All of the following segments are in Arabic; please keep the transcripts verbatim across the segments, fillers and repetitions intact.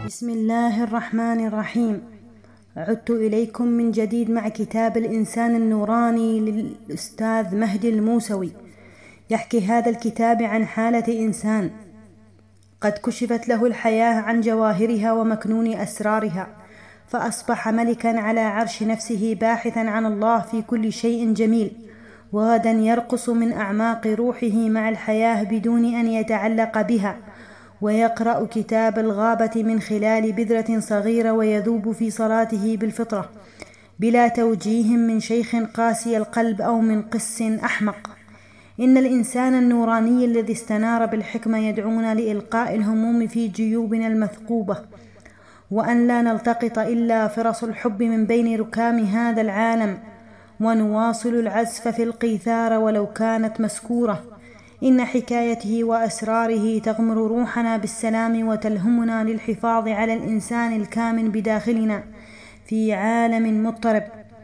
بسم الله الرحمن الرحيم. عدت إليكم من جديد مع كتاب الإنسان النوراني للأستاذ مهدي الموسوي. يحكي هذا الكتاب عن حالة إنسان قد كشفت له الحياة عن جواهرها ومكنون أسرارها، فأصبح ملكا على عرش نفسه، باحثا عن الله في كل شيء جميل، وغدا يرقص من أعماق روحه مع الحياة بدون أن يتعلق بها، ويقرأ كتاب الغابة من خلال بذرة صغيرة، ويذوب في صلاته بالفطرة بلا توجيه من شيخ قاسي القلب أو من قس أحمق. إن الإنسان النوراني الذي استنار بالحكمة يدعونا لإلقاء الهموم في جيوبنا المثقوبة، وأن لا نلتقط إلا فرص الحب من بين ركام هذا العالم، ونواصل العزف في القيثار ولو كانت مسكورة. إن حكايته وأسراره تغمر روحنا بالسلام، وتلهمنا للحفاظ على الإنسان الكامن بداخلنا في عالم مضطرب.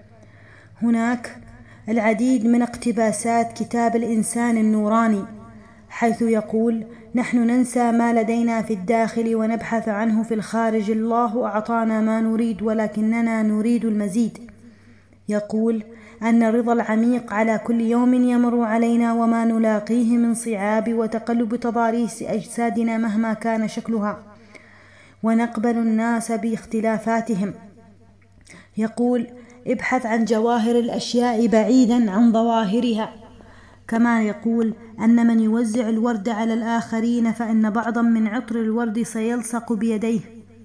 هناك العديد من اقتباسات كتاب الإنسان النوراني، حيث يقول: نحن ننسى ما لدينا في الداخل ونبحث عنه في الخارج. الله أعطانا ما نريد ولكننا نريد المزيد. يقول أن الرضا العميق على كل يوم يمر علينا وما نلاقيه من صعاب وتقلب تضاريس أجسادنا مهما كان شكلها، ونقبل الناس باختلافاتهم. يقول: ابحث عن جواهر الأشياء بعيدا عن ظواهرها. كما يقول أن من يوزع الورد على الآخرين فإن بعضا من عطر الورد سيلصق بيديه.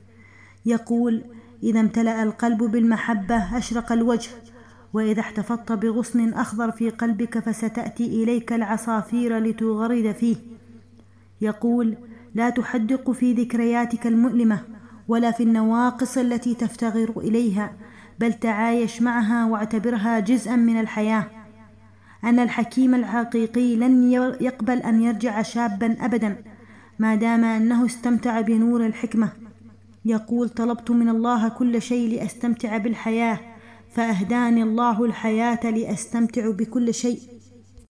يقول: إذا امتلأ القلب بالمحبة أشرق الوجه، وإذا احتفظت بغصن أخضر في قلبك فستأتي إليك العصافير لتغرد فيه. يقول: لا تحدق في ذكرياتك المؤلمة ولا في النواقص التي تفتغر إليها، بل تعايش معها واعتبرها جزءا من الحياة. أن الحكيم الحقيقي لن يقبل أن يرجع شابا أبدا ما دام أنه استمتع بنور الحكمة. يقول: طلبت من الله كل شيء لأستمتع بالحياة، فأهداني الله الحياة لأستمتع بكل شيء.